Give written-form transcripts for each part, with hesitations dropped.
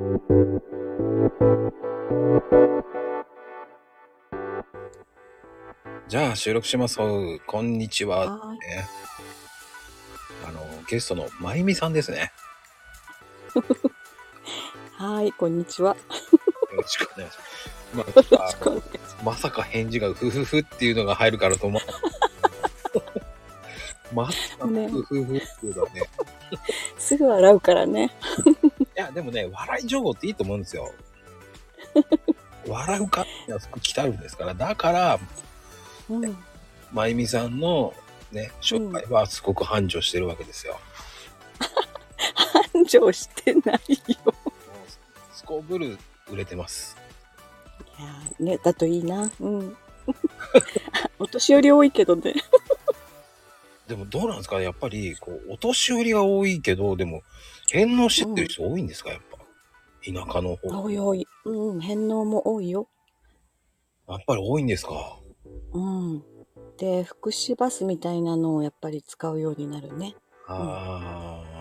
じゃあ収録します。こんにちは、 はい。 ね。ゲストのまゆみさんですね。 はい、こんにちは。 よろしくお願いします。 よろしくお願いします。 まさか返事がフフフっていうのが入るからと思う。まさかね、 フフフっていうのはね。 すぐ笑うからね。 いや、でもね、笑い情報っていいと思うんですよ。笑うかっては服着たるんですから。だから、 うん。 まゆみさんのね、紹介はすごく繁盛してるわけですよ。 繁盛してないよ。 すこぶる売れてます。 いやーね、だといいな。うん。お年寄り多いけどね。 でもどうなんですか、やっぱりこうお年寄りが多いけど、でも返納してってる人多いんですか、やっぱ田舎の方。 多い多い。うん、返納も多いよ。 やっぱり多いんですか。 うん。で、福祉バスみたいなのをやっぱり使うようになるね。 ああ、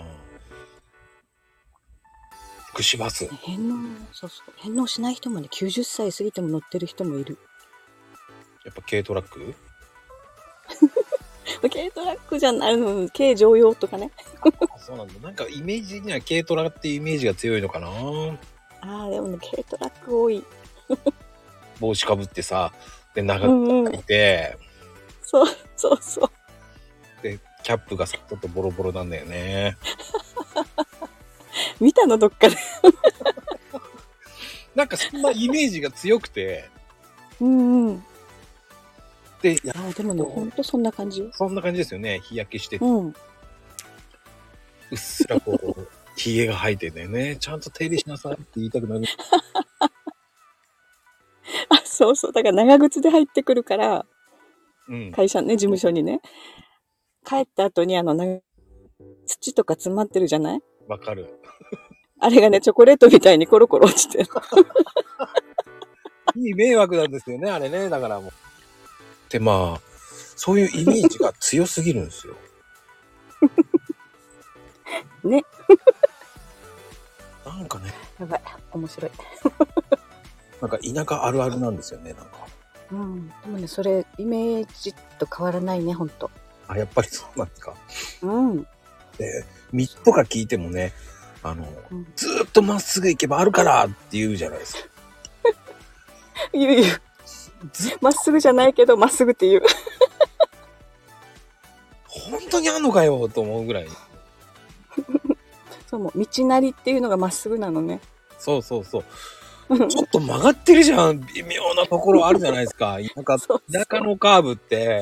福祉バス。 返納、そうそう。返納しない人もね、90歳過ぎても乗ってる人もいる。 やっぱ軽トラック。 軽トラックじゃないの、軽乗用とかね。 あ、そうなんだ。なんかイメージ的には軽トラっていうイメージが強いのかな。 ああ、でもね、軽トラック多い。 帽子かぶってさ、で長く書いて、 そうそうそう。 でキャップがさちょっとボロボロなんだよね。 見たのどっかで。 なんかそんなイメージが強くて、 うんうん。 で、 でもね、ほんとそんな感じよ。 そんな感じですよね。日焼けしてて、 うん。 うっすらこうひげが生えてんだよね。ちゃんと手入れしなさいって言いたくなる。 あ、そうそう。だから長靴で入ってくるから、 うん。 会社ね、事務所にね。帰った後に土とか詰まってるじゃない？ わかる。 あれがね、チョコレートみたいにコロコロ落ちてる。 いい迷惑なんですよね、あれね。だからもう。で、まあ、そういうイメージが強すぎるんですよ。 ね。 なんかね、 やばい。面白い。 なんか田舎あるあるなんですよね、なんか。 うん。でもね、それ、イメージと変わらないね、ほんと。 あ、やっぱりそうなんですか。 うん。 で、道とか聞いてもね、ずーっとまっすぐ行けばあるからって言うじゃないですか。 言う。まっすぐじゃないけど、まっすぐって言う。 本当にあんのかよと思うぐらい。 そう、もう、道なりっていうのがまっすぐなのね。 そうそうそう。ちょっと曲がってるじゃん。微妙なところあるじゃないですか。田舎のカーブって、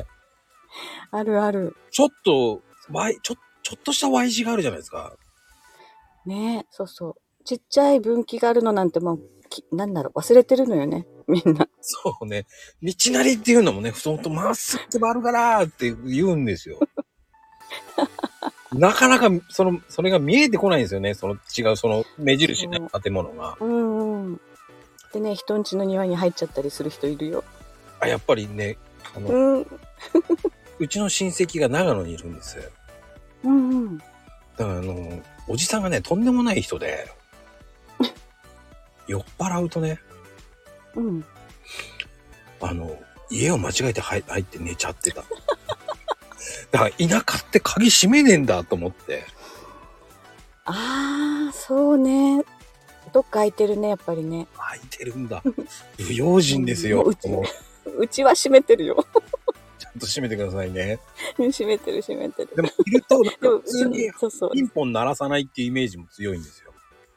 あるある。 ちょっとした Y 字があるじゃないですか。 ねえ、そうそう。ちっちゃい分岐があるのなんてもう、なんだろう、忘れてるのよね、みんな。 そうね。道なりっていうのもね、ほんとまっすぐ行けばあるからって言うんですよ。なかなかそれが見えてこないんですよね。違う目印ね、建物が。 うんうん。でね、人ん家の庭に入っちゃったりする人いるよ。 あ、やっぱりね、うちの親戚が長野にいるんです。 うんうん。 だからおじさんがね、とんでもない人で、酔っ払うとね、 うん。 家を間違えて入って寝ちゃってた。だから田舎って鍵閉めねえんだと思って。 ああ、そうね。どっか空いてるね、やっぱりね。 開いてるんだ。不用心ですよ。 うちは閉めてるよ。 ちゃんと閉めてくださいね。 閉めてる。 でも、いると、なんか普通にピンポン鳴らさないっていうイメージも強いんですよ。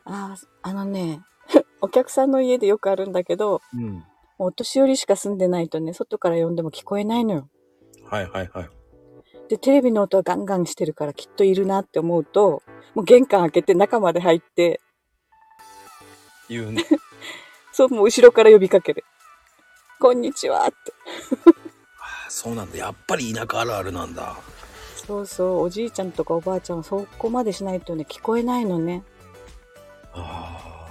お客さんの家でよくあるんだけど、お年寄りしか住んでないとね、外から呼んでも聞こえないのよ。 はいはいはい。 で、テレビの音はガンガンしてるからきっといるなって思うと、もう玄関開けて中まで入って、 言うんだ。 そう、もう後ろから呼びかける。こんにちはって。 ああ、そうなんだ。やっぱり田舎あるあるなんだ。 そうそう、おじいちゃんとかおばあちゃんはそこまでしないとね、聞こえないのね。 あ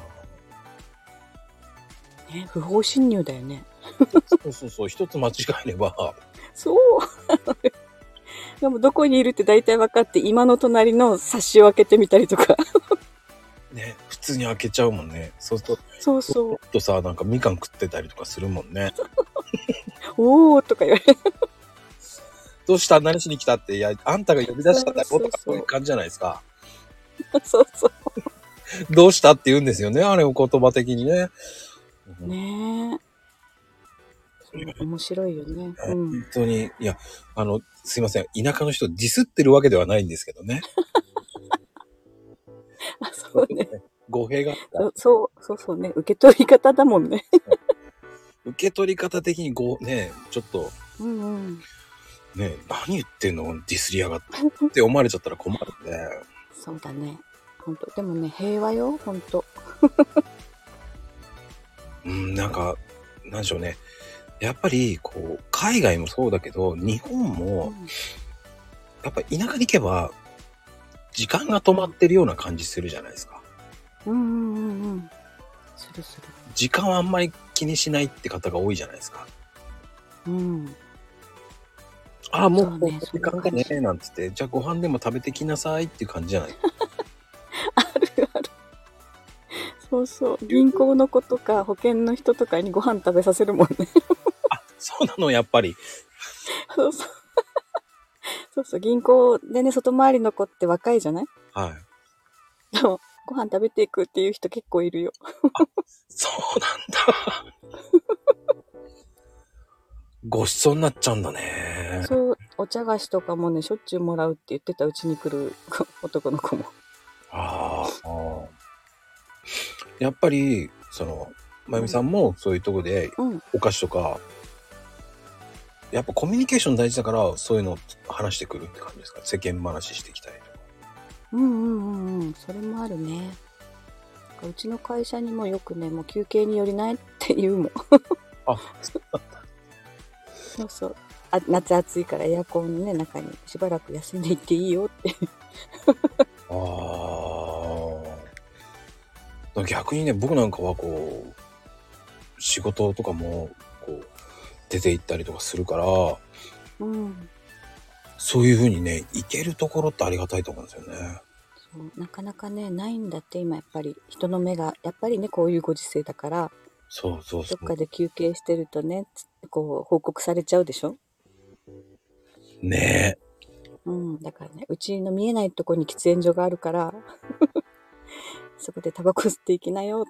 あ。ね、不法侵入だよね。 そう、一つ間違えれば。 そう。でもどこにいるって大体分かって、今の隣の冊子を開けてみたりとか。 ね、普通に開けちゃうもんね。そうすると、 そうそう。 ちょっとさ、なんかみかん食ってたりとかするもんね。 おーとか言われる。 どうした何しに来たって、いや、あんたが呼び出したんだよとか、そういう感じじゃないですか。 そうそう。 どうしたって言うんですよね、あれを言葉的にね。 ねえ。そう面白いよね。うん。 本当に、いや、すいません。田舎の人ディスってるわけではないんですけどね。 あ、そうね。 語弊があった。 そうね。受け取り方だもんね。 受け取り方的にね、ちょっと、 うんうん。 ね、何言ってんのディスりやがってって思われちゃったら困るんで。 そうだね。ほんと。でもね、平和よ、ほんと。 なんか、なんでしょうね。やっぱり、こう、海外もそうだけど、日本も、やっぱ田舎に行けば、時間が止まってるような感じするじゃないですか。 うん。する。 時間はあんまり気にしないって方が多いじゃないですか。 うん。 ああ、もう、 そうね、 時間だね、なんつって、じゃあご飯でも食べてきなさいっていう感じじゃない。 ある。そう。銀行の子とか保険の人とかにご飯食べさせるもんね。 あ、そうなの、やっぱり。 そう。そう。銀行でね、外回りの子って若いじゃない？ はい。 でも、ご飯食べていくっていう人結構いるよ。 そうなんだ。ごちそうになっちゃうんだね。 そう、お茶菓子とかもね、しょっちゅうもらうって言ってた、うちに来る男の子も。 ああ。やっぱり、まゆみさんもそういうとこで、お菓子とか、やっぱコミュニケーション大事だから、そういうの話してくるって感じですか？世間話してきたりとか。 それもあるね。うちの会社にもよくね、もう休憩に寄りないって言うもん。 あ、 そう。夏暑いからエアコンのね、中にしばらく休んでいっていいよって。 ああ。逆にね、僕なんかはこう、仕事とかも、こう、出て行ったりとかするから、そういう風にね、行けるところってありがたいと思うんですよね。 そう、なかなかね、ないんだって今やっぱり人の目が、やっぱりね、こういうご時世だから、 そう。 どっかで休憩してるとね、こう報告されちゃうでしょ？ ねだからね、うちの見えないとこに喫煙所があるから、そこでタバコ吸っていきなよって。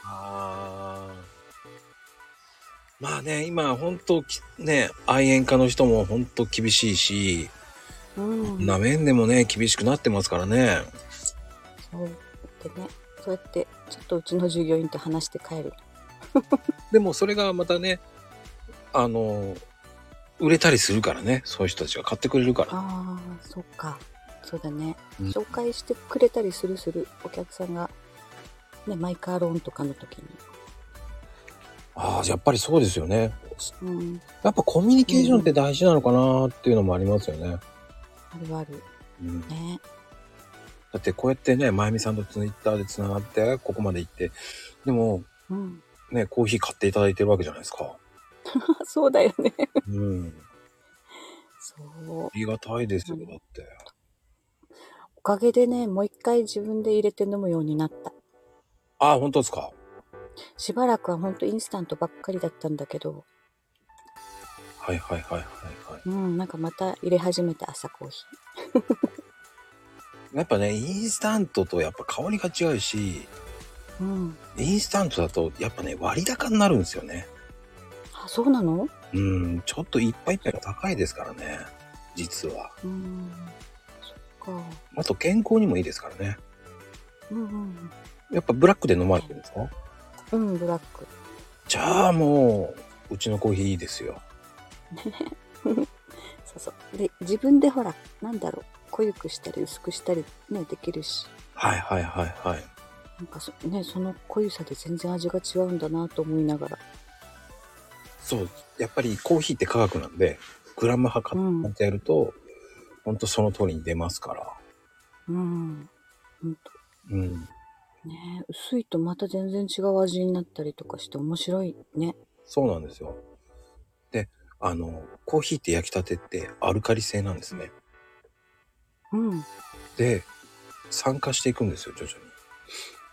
まあね、今ほんとね、愛煙家の人もほんと厳しいし、な面でもね、厳しくなってますからね。 そう。でね、そうやってちょっとうちの従業員と話して帰る。 でもそれがまたね、売れたりするからね、そういう人たちが買ってくれるから。 ああ、そっか。そうだね。紹介してくれたりする。お客さんが、ね、マイカーローンとかの時に。 ああ、やっぱりそうですよね。やっぱコミュニケーションって大事なのかなっていうのもありますよね。 ある。ね。 だってこうやってね、まゆみさんとツイッターでつながって、ここまで行って、でも、ね、コーヒー買っていただいてるわけじゃないですか。 そうだよね。そう。 ありがたいですよ、だって。 おかげでね、もう一回自分で入れて飲むようになった。 ああ、本当ですか。 しばらくはほんとインスタントばっかりだったんだけど。 はい。 なんかまた入れ始めた、朝コーヒー。やっぱね、インスタントとやっぱ香りが違うし、インスタントだとやっぱね、割高になるんですよね。 あ、そうなの？ ちょっと一杯一杯が高いですからね、実は。 そっか。 あと健康にもいいですからね。やっぱブラックで飲まれてるんですか？ ブラック。 じゃあもう、うちのコーヒーいいですよ。 そう。で、自分でほら、なんだろう、濃ゆくしたり薄くしたりね、できるし。 はい。 なんかその濃ゆさで全然味が違うんだなと思いながら。 そう、やっぱりコーヒーって科学なんで、グラム測ってやると、ほんとその通りに出ますから。 ほんと。ね、薄いとまた全然違う味になったりとかして面白いね。 そうなんですよ。で、コーヒーって焼きたてってアルカリ性なんですね。で、酸化していくんですよ、徐々に。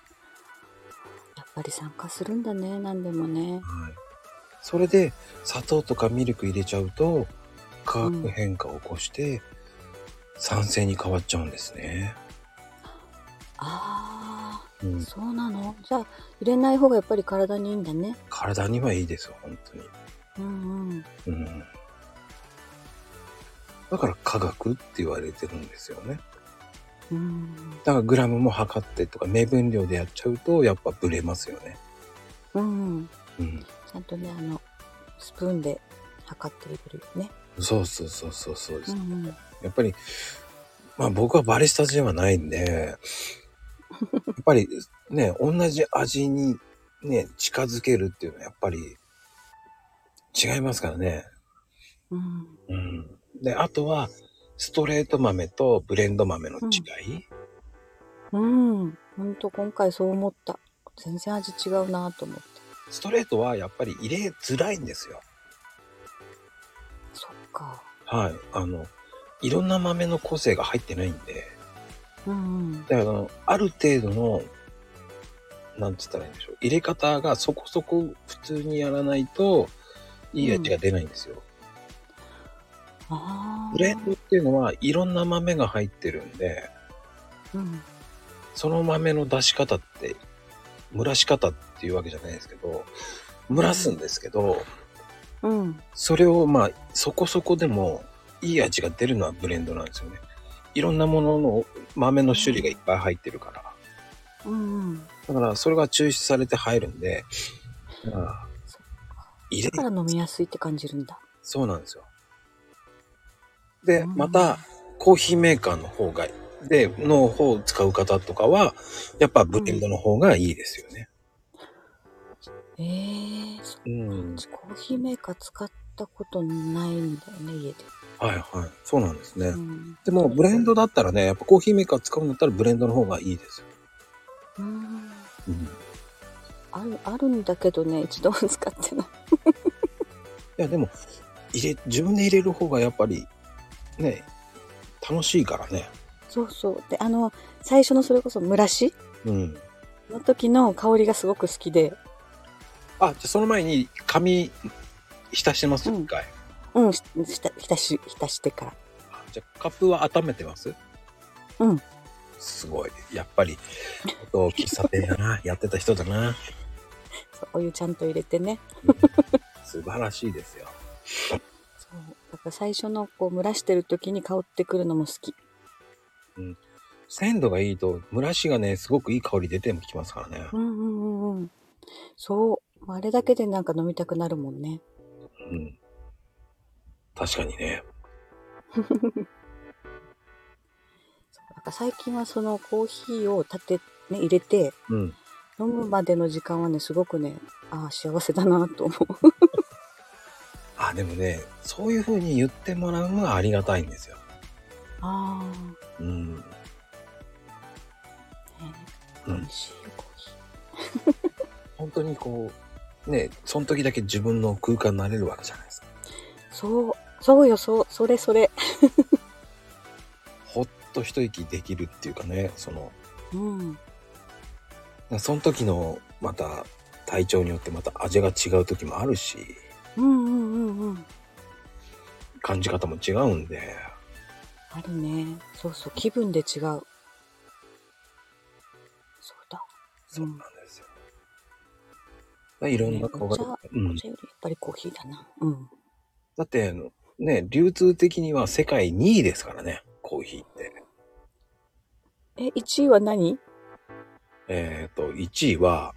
ぱり酸化するんだね、何でもね。 はい。それで砂糖とかミルク入れちゃうと化学変化を起こして酸性に変わっちゃうんですね。 ああ、そうなの？じゃあ入れない方がやっぱり体にいいんだね。 体にはいいですよ、本当に。 うんうん。 だから化学って言われてるんですよね。だからグラムも測ってとか目分量でやっちゃうとやっぱブレますよね。 ちゃんとね、スプーンで測って入れるよね。そうです、やっぱりまあ僕はバリスタではないんでやっぱりね、同じ味にね近づけるっていうのはやっぱり違いますからね。で、あとはストレート豆とブレンド豆の違い。 ほんと今回そう思った。全然味違うなと思って。 ストレートはやっぱり入れづらいんですよ。 そっか。 はい。いろんな豆の個性が入ってないんで。である程度のなんつったらいいんでしょう。入れ方がそこそこ普通にやらないといい味が出ないんですよ。ブレンドっていうのはいろんな豆が入ってるんで、その豆の出し方って蒸らし方っていうわけじゃないですけど、蒸らすんですけど、それをまあそこそこでもいい味が出るのはブレンドなんですよね。いろんなものの豆の種類がいっぱい入ってるから、だからそれが抽出されて入るんで、だから飲みやすいって感じるんだ。 そうなんですよ。でまたコーヒーメーカーの方を使う方とかはやっぱブレンドの方がいいですよね。 コーヒーメーカー使ったことないんだよね、家で。はいはい、そうなんですね。でもブレンドだったらね、やっぱコーヒーメーカー使うんだったらブレンドの方がいいですよ。 あるんだけどね、一度も使ってない。 いやでも自分で入れる方がやっぱりね、楽しいからね。 そうそう。で、最初のそれこそ蒸らしの時の香りがすごく好きで。 じゃあその前に紙浸してます？一回。 浸してから。 じゃあカップは温めてます？すごい。やっぱり喫茶店やなやってた人だな。 お湯ちゃんと入れてね。 素晴らしいですよ。 そうだから最初の蒸らしてる時に香ってくるのも好き。 鮮度がいいと蒸らしがねすごくいい香り出てきますからね。 そうあれだけでなんか飲みたくなるもんね。 確かにね。 なんか最近はそのコーヒーを入れて、飲むまでの時間はねすごくね幸せだなと思う。 でもねそういう風に言ってもらうのがありがたいんですよ。 美味しいよコーヒー。本当にねその時だけ自分の空間になれるわけじゃないですか。 そうよそれ。 ほっと一息できるっていうかねその時のまた体調によってまた味が違う時もあるし。感じ方も違うんで。 あるね。そう気分で違う。そうだ。 そうなんですよ。いろんな顔が。 お茶よりやっぱりコーヒーだな。 だってね流通的には世界2位ですからねコーヒーって。 1位は何 ？1位は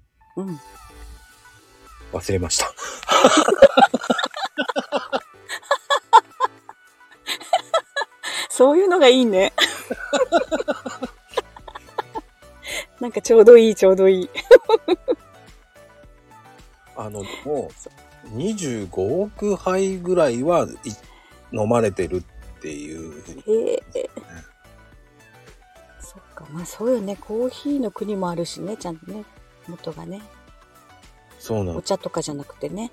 忘れました。 そういうのがいいね。なんかちょうどいい。 もう25億杯ぐらいは飲まれてるっていうふうに、 そっかそうよね。コーヒーの国もあるしねちゃんとね元がね。 そうなの。 お茶とかじゃなくてね。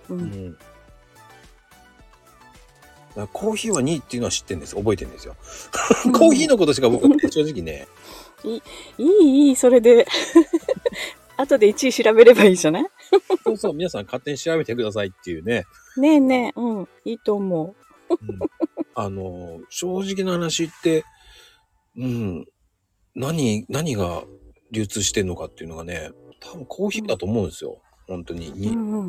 コーヒーは2位っていうのは知ってるんです。覚えてるんですよ。コーヒーのことしか僕は正直ね。 いいそれで。 後で1位調べればいいじゃない？ そうそう、皆さん勝手に調べてくださいっていうね。 ねえねえ、うん、いいと思う。正直な話って、何が流通してんのかっていうのがね、多分コーヒーだと思うんですよ。本当に。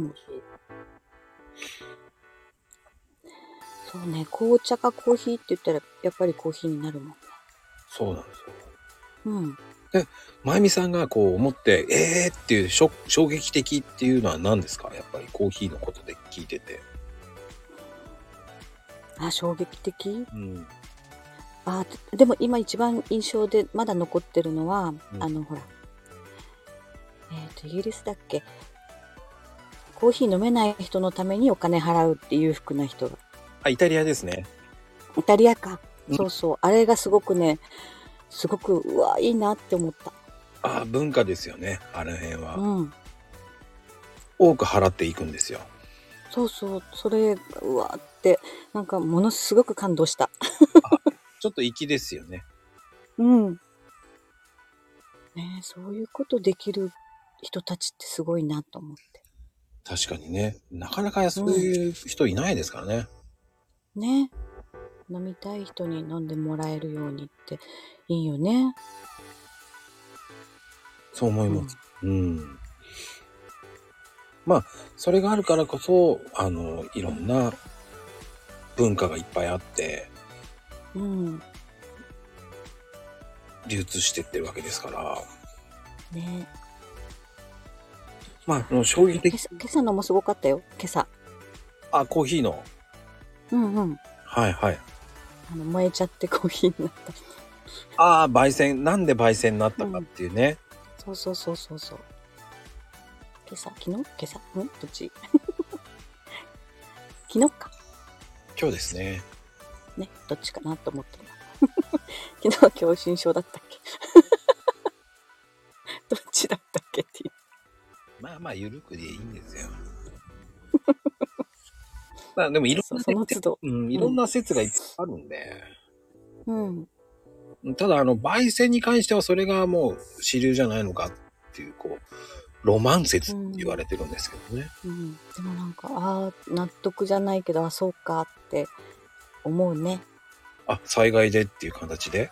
そうね、紅茶かコーヒーって言ったら、やっぱりコーヒーになるもんね。 そうなんですよ。で、まゆみさんがこう思って、っていう衝撃的っていうのは何ですか？やっぱりコーヒーのことで聞いてて。 衝撃的？でも今一番印象でまだ残ってるのは、ほら、イギリスだっけ？コーヒー飲めない人のためにお金払うっていう服な人が。 イタリアですね。 イタリアか。そうそう。あれがすごくね、うわ、いいなって思った。 文化ですよね。あの辺は。多く払っていくんですよ。 そうそう。それ、うわって、なんかものすごく感動した。 ちょっと粋ですよね。 ね、そういうことできる人たちってすごいなと思って。 確かにね。なかなかそういう人いないですからね。 ね。飲みたい人に飲んでもらえるようにっていいよね。 そう思います。まあ、それがあるからこそ、いろんな文化がいっぱいあって、流通してってるわけですから。 ね。 まあ、衝撃的。 今朝のもすごかったよ、今朝。 コーヒーの。はいはい。 燃えちゃってコーヒーになった。 焙煎、なんで焙煎になったかっていうね。 そう。今朝どっち昨日か。 今日ですね。 ね、どっちかなと思ってる。昨日は狭心症だったっけ？どっちだったっけっていう。 まあ、ゆるくでいいんですよ。まあ、でもいろんな説がいっぱいあるんで。ただ、焙煎に関してはそれがもう主流じゃないのかっていう、ロマン説って言われてるんですけどね。 でもなんか、納得じゃないけど、そうかって思うね。 災害でっていう形で。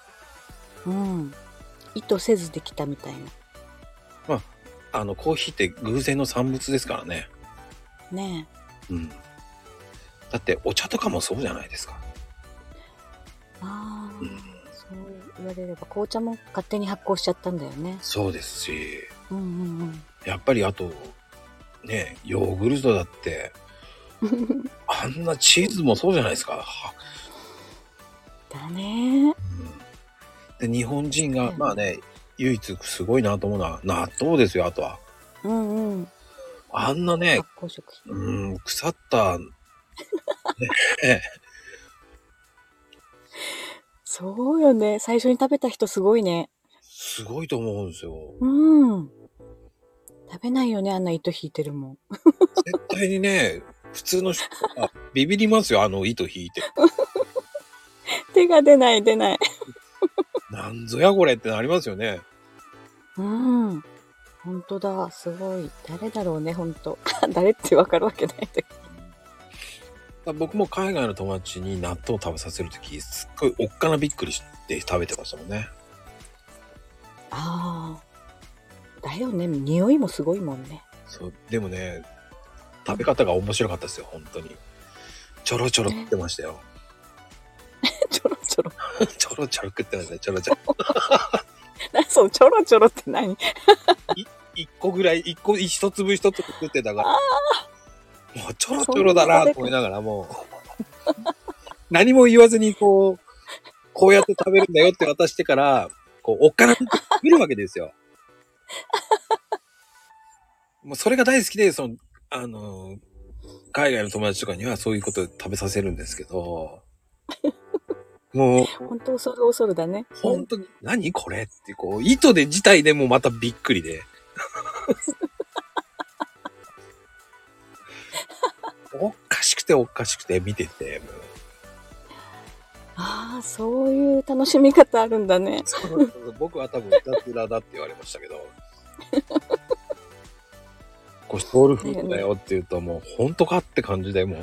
意図せずできたみたいな。 まあ、コーヒーって偶然の産物ですからね。 ねえ。だってお茶とかもそうじゃないですか。 そう言われれば紅茶も勝手に発酵しちゃったんだよね。 そうですし、やっぱりあとね、ヨーグルトだってあんなチーズもそうじゃないですか。 だね。 で、日本人がまあね、唯一すごいなと思うのは納豆ですよ。あとはあんなね、 発酵食品。 腐ったそうよね。最初に食べた人すごいね。 すごいと思うんですよ。 食べないよね、あんな糸引いてるもん。 絶対にね、普通の人はビビりますよ、糸引いて。 手が出ない。 なんぞやこれってなりますよね。 本当だ、すごい。誰だろうね、本当。誰ってわかるわけないんだけど。僕も海外の友達に納豆を食べさせるとき、すっごいおっかなびっくりして食べてましたもんね。 だよね、匂いもすごいもんね。 そう、でもね、食べ方が面白かったですよ、本当に。ちょろちょろ食ってましたよ。 ちょろちょろ。 ちょろちょろ食ってましたね、ちょろちょろ。 そう、ちょろちょろって何？ 一個ぐらい、一粒一粒食ってたから。もうちょろちょろだなと思いながらもう、何も言わずにこうやって食べるんだよって渡してから、おっかなく見るわけですよ。もうそれが大好きで、海外の友達とかにはそういうことを食べさせるんですけど、もう、 本当恐るだね。 本当に、何これって、糸で自体でもまたびっくりで。おかしくて見てて、もう。 そういう楽しみ方あるんだね。 そう僕は多分、いたずらだって言われましたけど。 これソウルフードだよって言うともう本当かって感じでもう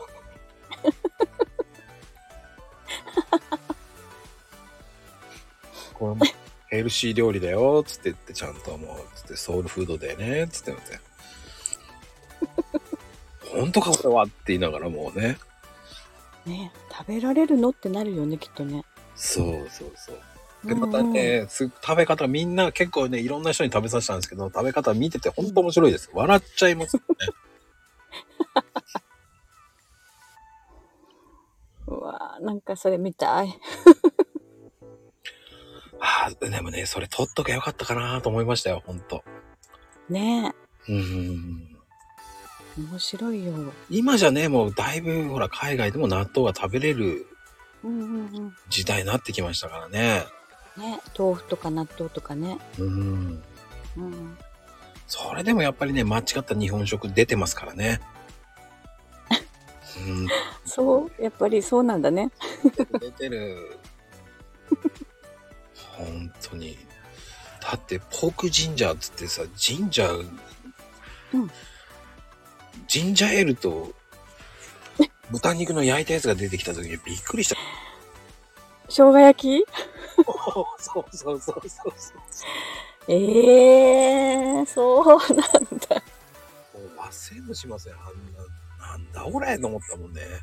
これもヘルシー料理だよつって言ってちゃんともうつってソウルフードだよねつって言って本当かこれはって言いながらもうね食べられるのってなるよねきっとね。 そうそうそう。でまたね、食べ方みんな結構ねいろんな人に食べさせたんですけど食べ方見てて本当面白いです。笑っちゃいますよね。 うわーなんかそれ見たい。 でもねそれ撮っとけばよかったかなと思いましたよ本当。 ねえ。面白いよ。 今じゃねもうだいぶほら海外でも納豆が食べれる時代になってきましたからね。 ね、豆腐とか納豆とかね。 それでもやっぱりね間違った日本食出てますからね。 そうやっぱりそうなんだね。 出てる。本当に。だってポークジンジャーっつってさジンジャー、ジンジャーエールと豚肉の焼いたやつが出てきた時にびっくりした。 生姜焼き？ そう。 そうなんだ。もう忘れもしません。なんだ俺と思ったもんね。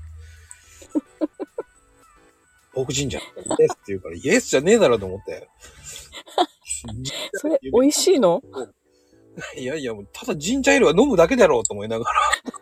ポークジンジャーイエスって言うからイエスじゃねえだろと思って。 それ美味しいの？ いやいや、ただジンジャーエールは飲むだけだろうと思いながら。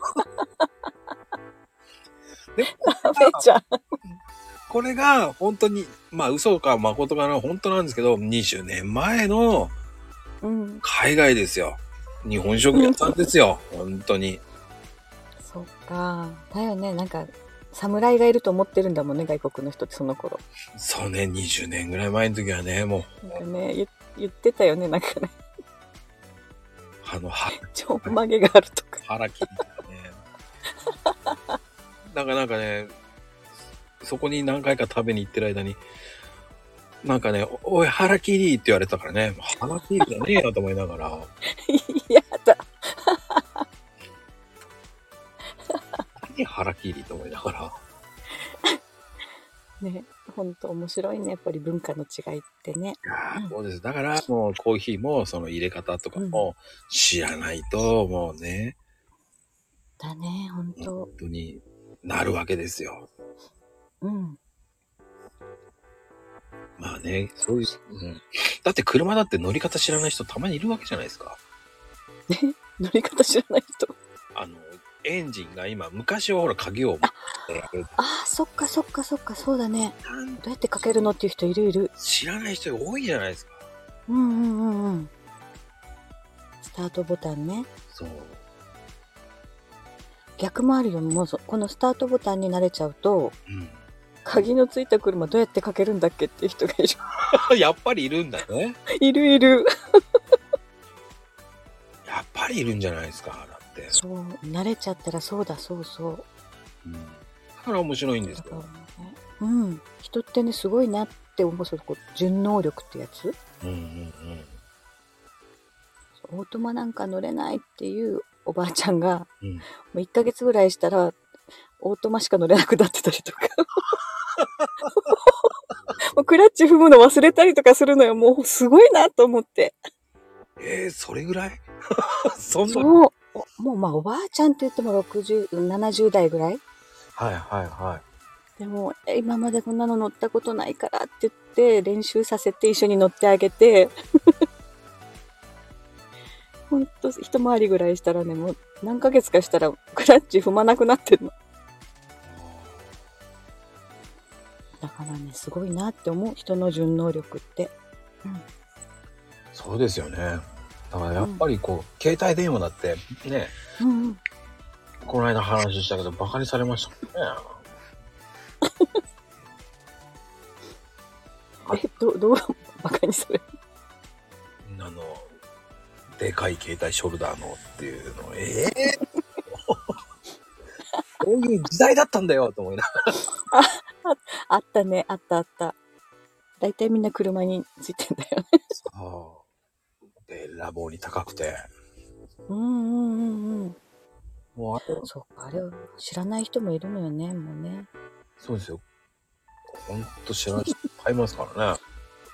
でもこれが本当にまあ嘘か誠かな本当なんですけど20年前の海外ですよ。日本食屋さんですよ。本当に。 そっか。だよね。なんか侍がいると思ってるんだもんね外国の人ってその頃。 そうね20年ぐらい前の時はねもう。なんかね言ってたよねなんかね。ちょんまげがあるとか。 腹切りとかね。なんかね、そこに何回か食べに行ってる間に、なんかね、おい、腹切りって言われたからね、腹切りじゃねえよと思いながら。 やだ。 何腹切りと思いながら。 ね、ほんと面白いね、やっぱり文化の違いってね。 そうです。だからもうコーヒーもその入れ方とかも知らないともうね。 だね、ほんと。 本当になるわけですよ。まあね、そういう、だって車だって乗り方知らない人たまにいるわけじゃないですか。 乗り方知らない人。 エンジンが今、昔はほら鍵を持ってそっか、そうだね。どうやってかけるのっていう人いる。 知らない人多いじゃないですか。 スタートボタンね。 そう。 逆もあるよ。もうこのスタートボタンに慣れちゃうと、鍵のついた車どうやってかけるんだっけっていう人がいる。やっぱりいるんだね。 いる。 やっぱりいるんじゃないですか。だって。 そう、慣れちゃったらそうだ。だから面白いんですよ。 人ってね、すごいなって思う、順応力ってやつ。オートマなんか乗れないっていうおばあちゃんが、もう1ヶ月ぐらいしたら、オートマしか乗れなくなってたりとか。もうクラッチ踏むの忘れたりとかするのよ。もうすごいなと思って。 それぐらいそんな。 そう。もうまあおばあちゃんって言っても60、70代ぐらい。でも、今までこんなの乗ったことないからって言って練習させて一緒に乗ってあげて。ほんと一回りぐらいしたらね、もう何ヶ月かしたらクラッチ踏まなくなってるの。だからね、すごいなって思う、人の順応力って。 そうですよね。だからやっぱり携帯電話だってね、この間話したけどバカにされましたもんね。 どうバカにされる？ でかい携帯ショルダーのっていうのこういう時代だったんだよと思いながら。あったね、あった。だいたいみんな車についてんだよね。 そう。で、ラボに高くて。 もうそっか、あれを知らない人もいるのよね、もうね。 そうですよ。ほんと知らない人いっぱいいますからね。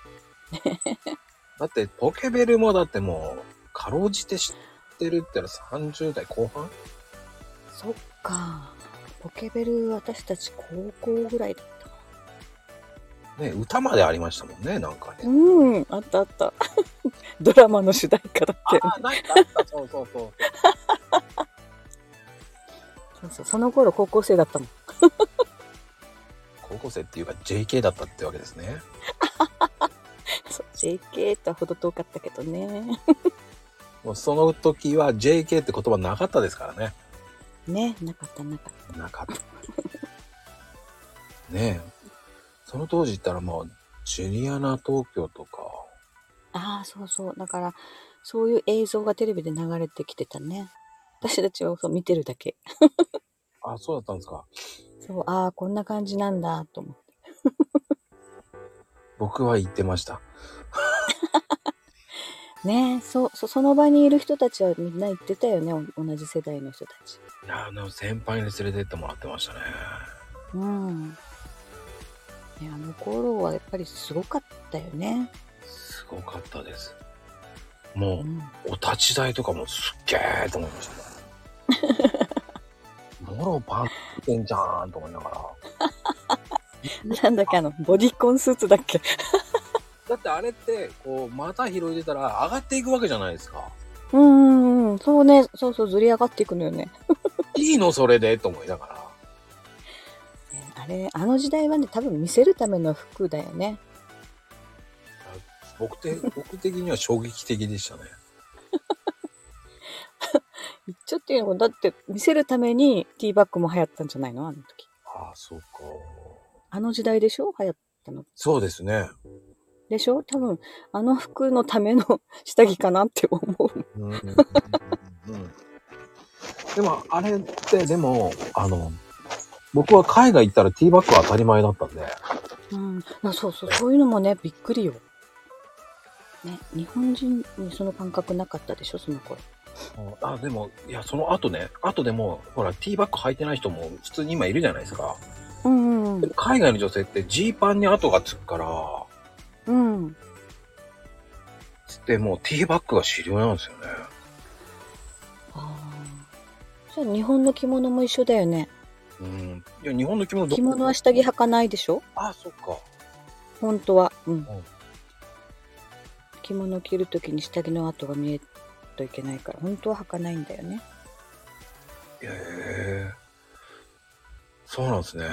だってポケベルもだってもうかろうじて知ってるって言ったら30代後半？ そっか。ポケベル私たち高校ぐらいだったね。歌までありましたもんね、なんかね。 あったあった。ドラマの主題歌だったよ、 ね。なんかあった、そうそうそう。 その頃高校生だったもん。 高校生っていうか JK だったってわけですね。 そう、JK とはほど遠かったけどね。 もうその時は JK って言葉なかったですからね。 ね、なかった。 ねえ。その当時言ったらもうジュニアナ東京とか。 ああ、そうそう。だから、そういう映像がテレビで流れてきてたね。私たちはそう見てるだけ。 あ、そうだったんですか。 そう、ああ、こんな感じなんだ、と思って。 僕は言ってました。 ねえ、その場にいる人たちはみんな言ってたよね、同じ世代の人たち。 いやー、先輩に連れてってもらってましたね。 ね、あの頃はやっぱりすごかったよね。 すごかったです。もう、お立ち台とかもすっげーと思いました。もろパンってんじゃんと思いながら。 なんだっけ、ボディコンスーツだっけ。 だってあれって、こう、股広いでたら上がっていくわけじゃないですか。 そうね、そうずり上がっていくのよね。 いいのそれでと思いながら。 あれ、あの時代はね、多分見せるための服だよね。 僕的には衝撃的でしたね。 一丁っていうのも、だって見せるためにティーバッグも流行ったんじゃないの、あの時。 ああ、そうか。 あの時代でしょ、流行ったの。 そうですね。 でしょ、多分、あの服のための下着かなって思う。 でも、あれって、でも、僕は海外行ったらティーバッグは当たり前だったんで。 そういうのもね、びっくりよ。ね、日本人にその感覚なかったでしょ、その頃。 でも、いや、その後ね、後でも、ほら、ティーバッグ履いてない人も普通に今いるじゃないですか。海外の女性ってジーパンに跡がつくから、つってもうティーバッグが主流なんですよね。 じゃあ日本の着物も一緒だよね。 いや、日本の着物は下着履かないでしょ？ あ、そっか。 本当は。着物着るときに下着の跡が見えるといけないから、本当は履かないんだよね。 へえ。そうなんですね。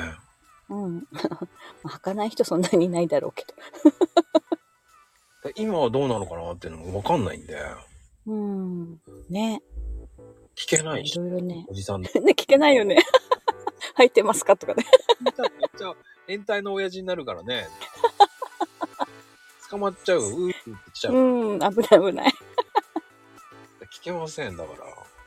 履かない人そんなにいないだろうけど。今はどうなのかなっていうのもわかんないんで。 ね。 聞けないし。 いろいろね。 おじさんね、聞けないよね。履いてますかとかね。 めっちゃ変態の親父になるからね。捕まっちゃう。って来ちゃう。 危ない。 聞けません、だから。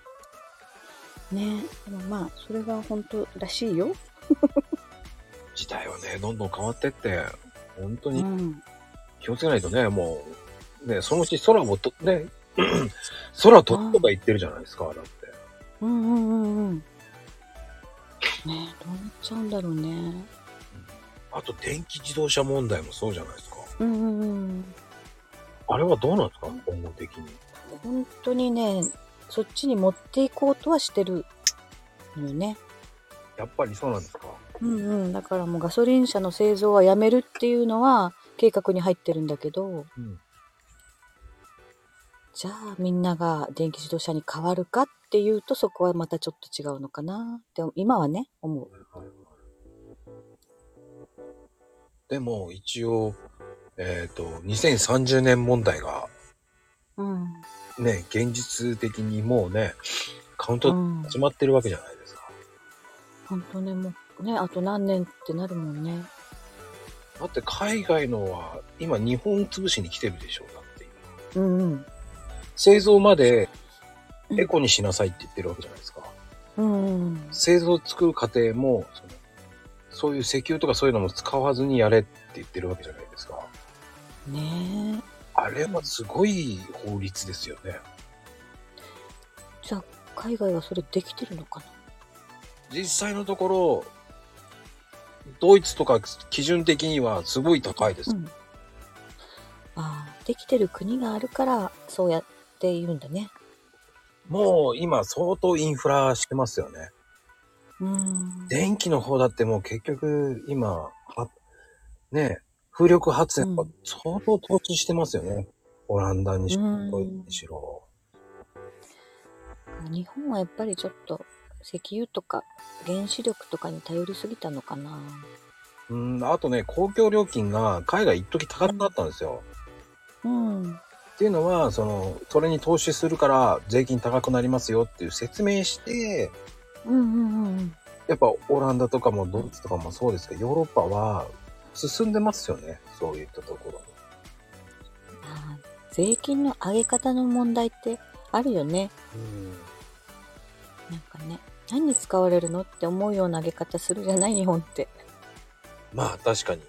ね。でもまあ、それが本当らしいよ。 時代はね、どんどん変わってって、本当に気をつけないとね、もう、ね、そのうち空もね、空飛ぶとか言ってるじゃないですか、だって。 ね、どうなっちゃうんだろうね。 あと、電気自動車問題もそうじゃないですか。あれはどうなんですか、今後的に。 本当にね、そっちに持っていこうとはしてるのよね。 やっぱりそうなんですか。 だからもうガソリン車の製造はやめるっていうのは計画に入ってるんだけど、じゃあみんなが電気自動車に変わるかっていうと、そこはまたちょっと違うのかなって今はね、思う。 でも一応、2030年問題が、ね、現実的にもうね、カウント始まってるわけじゃないですか。 本当ね、もうね、あと何年ってなるもんね。 だって海外のは今日本潰しに来てるでしょ、だって今。製造までエコにしなさいって言ってるわけじゃないですか。製造作る過程もそういう石油とかそういうのも使わずにやれって言ってるわけじゃないですか。 ねえ。 あれはすごい法律ですよね。 じゃあ、海外はそれできてるのかな？ 実際のところ、ドイツとか基準的にはすごい高いです。 できてる国があるから、そうやって言うんだね。 もう今相当インフラしてますよね。電気の方だってもう結局今、ね、風力発電は相当投資してますよね。オランダにしろ。 日本はやっぱりちょっと石油とか原子力とかに頼りすぎたのかな。 あとね、公共料金が海外一時高くなったんですよ。っていうのは、それに投資するから税金高くなりますよっていう説明して、やっぱオランダとかもドイツとかもそうですけど、ヨーロッパは進んでますよね。そういったところに。 税金の上げ方の問題ってあるよね。なんかね、何に使われるのって思うような上げ方するじゃない、日本って。 まあ確かに。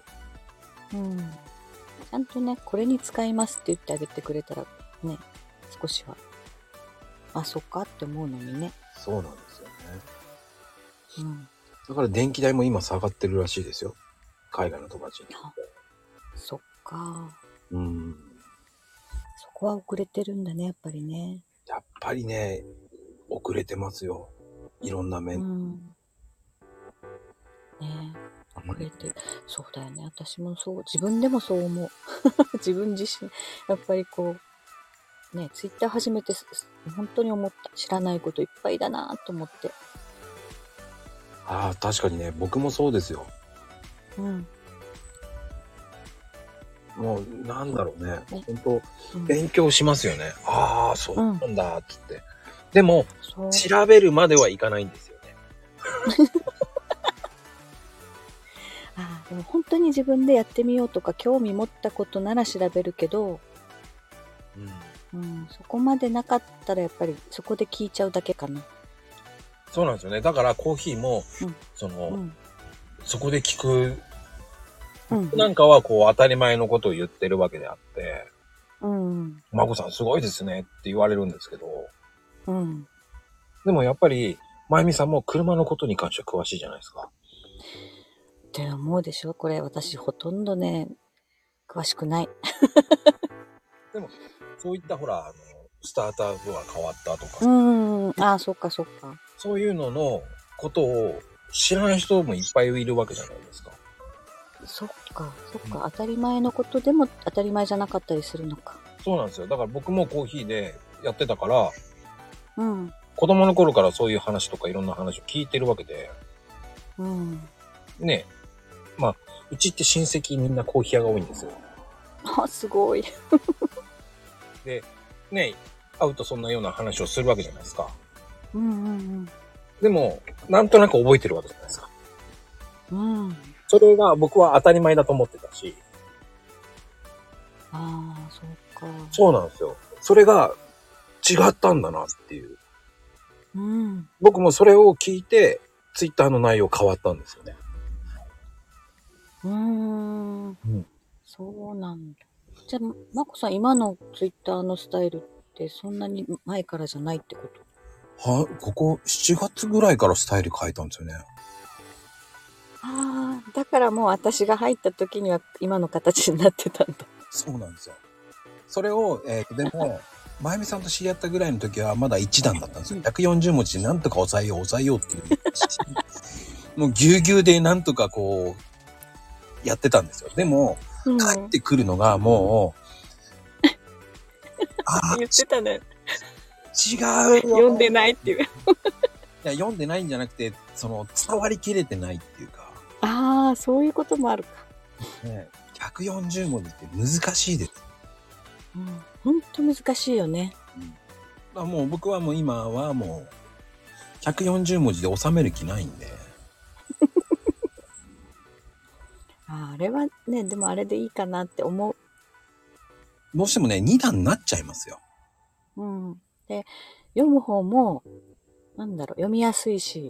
ちゃんとね、これに使いますって言ってあげてくれたらね、少しは、そっかって思うのにね。 そうなんですよね。だから電気代も今下がってるらしいですよ。海外の友達に。 そっか。 そこは遅れてるんだね、やっぱりね。 やっぱりね、遅れてますよ。いろんな面。 遅れてる。そうだよね。私もそう、自分でもそう思う。自分自身、やっぱりこう、ね、ツイッター始めて、本当に思った。知らないこといっぱいだなと思って。 確かにね、僕もそうですよ。もう、なんだろうね。本当、勉強しますよね。そうなんだ、つって。でも、調べるまではいかないんですよね。 でも本当に自分でやってみようとか興味持ったことなら調べるけど、そこまでなかったらやっぱりそこで聞いちゃうだけかな。 そうなんですよね。だからコーヒーも、そこで聞く、なんかはこう当たり前のことを言ってるわけであって、まこさんすごいですねって言われるんですけど、でもやっぱり、まゆみさんも車のことに関しては詳しいじゃないですか。 って思うでしょ？これ私ほとんどね、詳しくない。 でも、そういったほら、スターターが変わったとか。 そっかそっか。 そういうののことを知らない人もいっぱいいるわけじゃないですか。 そっか。当たり前のことでも当たり前じゃなかったりするのか。 そうなんですよ。だから僕もコーヒーでやってたから、子供の頃からそういう話とかいろんな話を聞いてるわけで、ね、まあ、うちって親戚みんなコーヒー屋が多いんですよ。 すごい。 で、ね、会うとそんなような話をするわけじゃないですか。でも、なんとなく覚えてるわけじゃないですか。それが僕は当たり前だと思ってたし。 そうか。 そうなんですよ。それが違ったんだなっていう。僕もそれを聞いて、ツイッターの内容変わったんですよね。 そうなんだ。じゃあ、まこさん、今のツイッターのスタイルってそんなに前からじゃないってこと？ ここ7月ぐらいからスタイル変えたんですよね。 だからもう私が入った時には今の形になってたんだ。 そうなんですよ。それを、でも、まゆみさんと知り合ったぐらいの時はまだ1段だったんですよ。140文字でなんとか抑えようっていう。もうぎゅうぎゅうでなんとかこう、やってたんですよ。でも、帰ってくるのがもう、 言ってたね。 違うよ。 読んでないっていう。いや、読んでないんじゃなくて、伝わりきれてないっていうか。 そういうこともあるか。 ね、140文字って難しいです。 ほんと難しいよね。 もう僕はもう今はもう、140文字で収める気ないんで。 あれはね、でもあれでいいかなって思う。 どうしてもね、2段になっちゃいますよ。 で、読む方も、読みやすいし、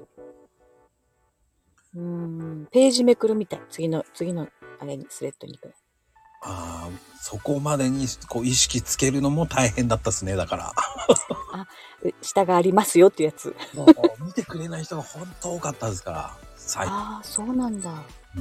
ページめくるみたい。次の、あれに、スレッドに行く。 ああ、そこまでにこう意識つけるのも大変だったですね、だから。 あ、下がありますよっていうやつ。 もう見てくれない人が本当多かったですから。 ああ、そうなんだ。 うん。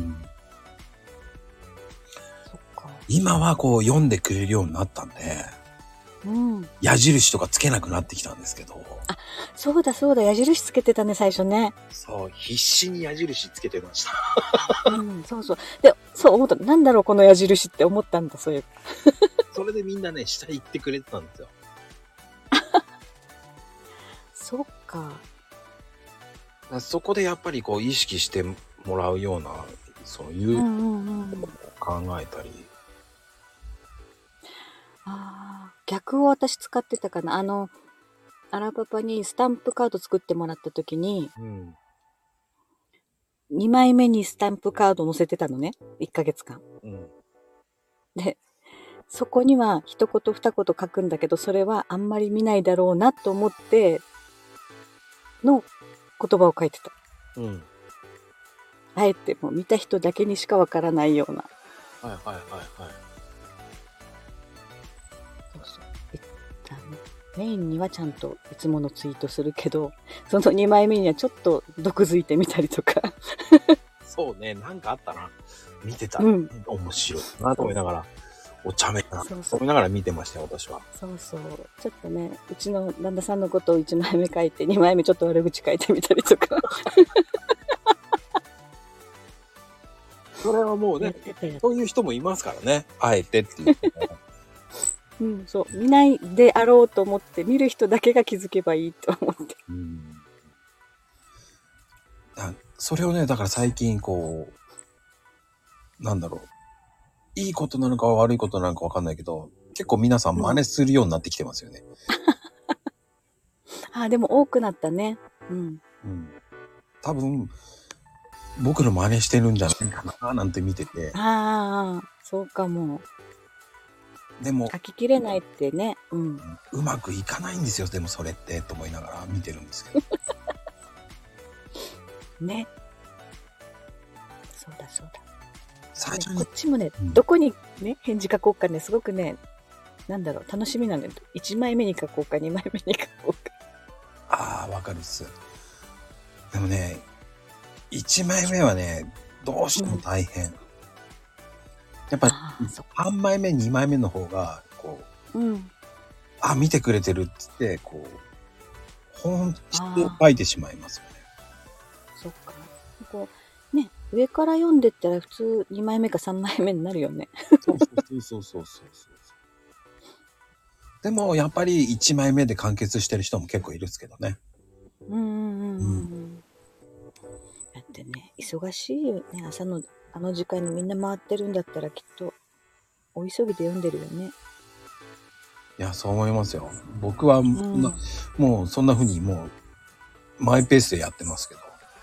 そっか。 今はこう読んでくれるようになったんで、 うん。 矢印とかつけなくなってきたんですけど。 あ、そうだそうだ、矢印つけてたね、最初ね。 そう、必死に矢印つけてました。 うん、そうそう。で、そう思った。なんだろう、この矢印って思ったんだ、そういう。 それでみんなね、下行ってくれてたんですよ。 そっか。 そこでやっぱりこう意識してもらうような、そういう考えたり。 ああ、逆を私使ってたかな。アラパパにスタンプカード作ってもらった時に、2枚目にスタンプカード載せてたのね。1ヶ月間。で、そこには一言二言書くんだけど、それはあんまり見ないだろうなと思っての言葉を書いてた。あえてもう見た人だけにしかわからないような。 はいはいはいはい。 そうそう。メインにはちゃんといつものツイートするけど、その2枚目にはちょっと毒づいてみたりとか。 そうね、なんかあったな。見てた。面白いなと思いながら、お茶目なと思いながら見てましたよ、私は。 そうそう。ちょっとね、うちの旦那さんのことを1枚目書いて、2枚目ちょっと悪口書いてみたりとか。 それはもうね、そういう人もいますからね。あえてっていう。 うん、そう。見ないであろうと思って、見る人だけが気づけばいいと思って。 それをね、だから最近こう、なんだろう。いいことなのか悪いことなのかわかんないけど、結構皆さん真似するようになってきてますよね。 あ、でも多くなったね。 多分、僕の真似してるんじゃないかななんて見てて。 ああ、そうかも。 でも書ききれないってね。 うまくいかないんですよ、でもそれってと思いながら見てるんですけど。 ね。そうだそうだ。 最初にこっちもね、どこにね、返事書こうかね、すごくね、なんだろう、楽しみなんだよ。1枚目に書こうか、2枚目に書こうか。 ああ、わかるっす。でもね、1枚目はね、どうしても大変。やっぱり、3枚目、2枚目の方が、こう、あ、見てくれてるって言って、こう、本質を書いてしまいますよね。 そっか。こう、ね、上から読んでったら普通2枚目か3枚目になるよね。 そう。でも、やっぱり1枚目で完結してる人も結構いるっすけどね。 だってね、忙しいよね。朝のあの時間にみんな回ってるんだったらきっと、お急ぎで読んでるよね。 いや、そう思いますよ。僕はもうそんな風にもう、マイペースでやってますけど。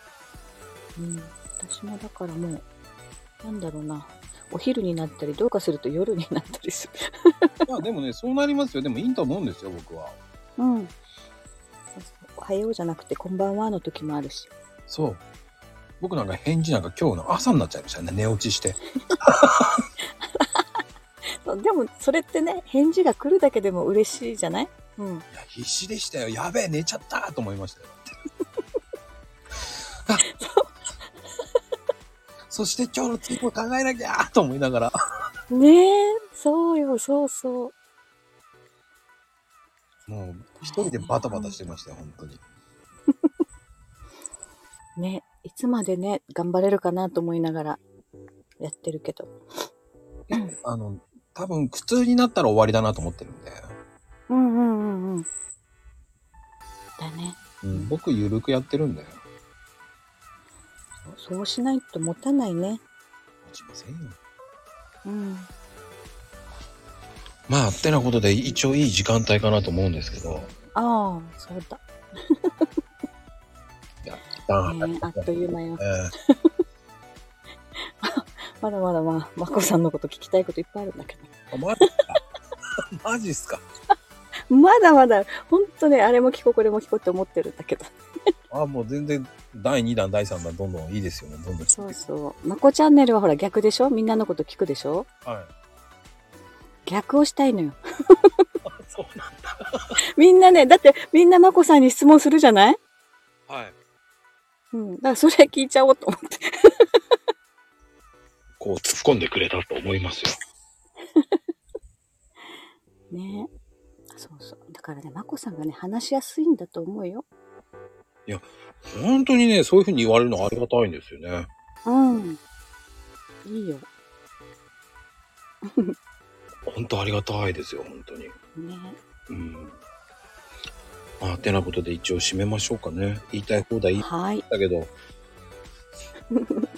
私もだからもう、なんだろうな。お昼になったり、どうかすると夜になったりする。 まあでもね、そうなりますよ。でもいいと思うんですよ、僕は。 おはようじゃなくて、こんばんはの時もあるし。 そう。僕なんか返事なんか今日の朝になっちゃいましたね。寝落ちして。 でも、それってね、返事が来るだけでも嬉しいじゃない？いや、必死でしたよ。やべえ、寝ちゃったと思いましたよ。そして今日の次も考えなきゃと思いながら。 ねえ、そうよ、そうそう。 もう、一人でバタバタしてましたよ、本当に。 ね、いつまでね、頑張れるかなと思いながらやってるけど。 多分苦痛になったら終わりだなと思ってるんで。 だね。 僕、ゆるくやってるんだよ。 そうしないと持たないね。 持ちませんよ。まあ、ってなことで、一応いい時間帯かなと思うんですけど。 ああ、そうだ。 いや、 あっという間よ。まだまだまこさんのこと聞きたいこといっぱいあるんだけど。 マジっすか。 まだまだ、ほんとね、あれも聞こう、これも聞こうって思ってるんだけど。 もう全然、第2弾、第3弾、どんどんいいですよね。どんどん。 そうそう。まこチャンネルはほら逆でしょ？みんなのこと聞くでしょ？ は逆をしたいのよ。 そうなんだ。 みんなね、だってみんなまこさんに質問するじゃない？ はい。 うん。だからそれ聞いちゃおうと思って。 こう突っ込んでくれたと思いますよ。 ね。そうそう。だからね、まこさんがね、話しやすいんだと思うよ。 いや、本当にね、そういう風に言われるのありがたいんですよね。 うん。いいよ。 本当ありがたいですよ、本当に。ね。うん。まあ、てなことで一応締めましょうかね。言いたい放題言ったけど。はい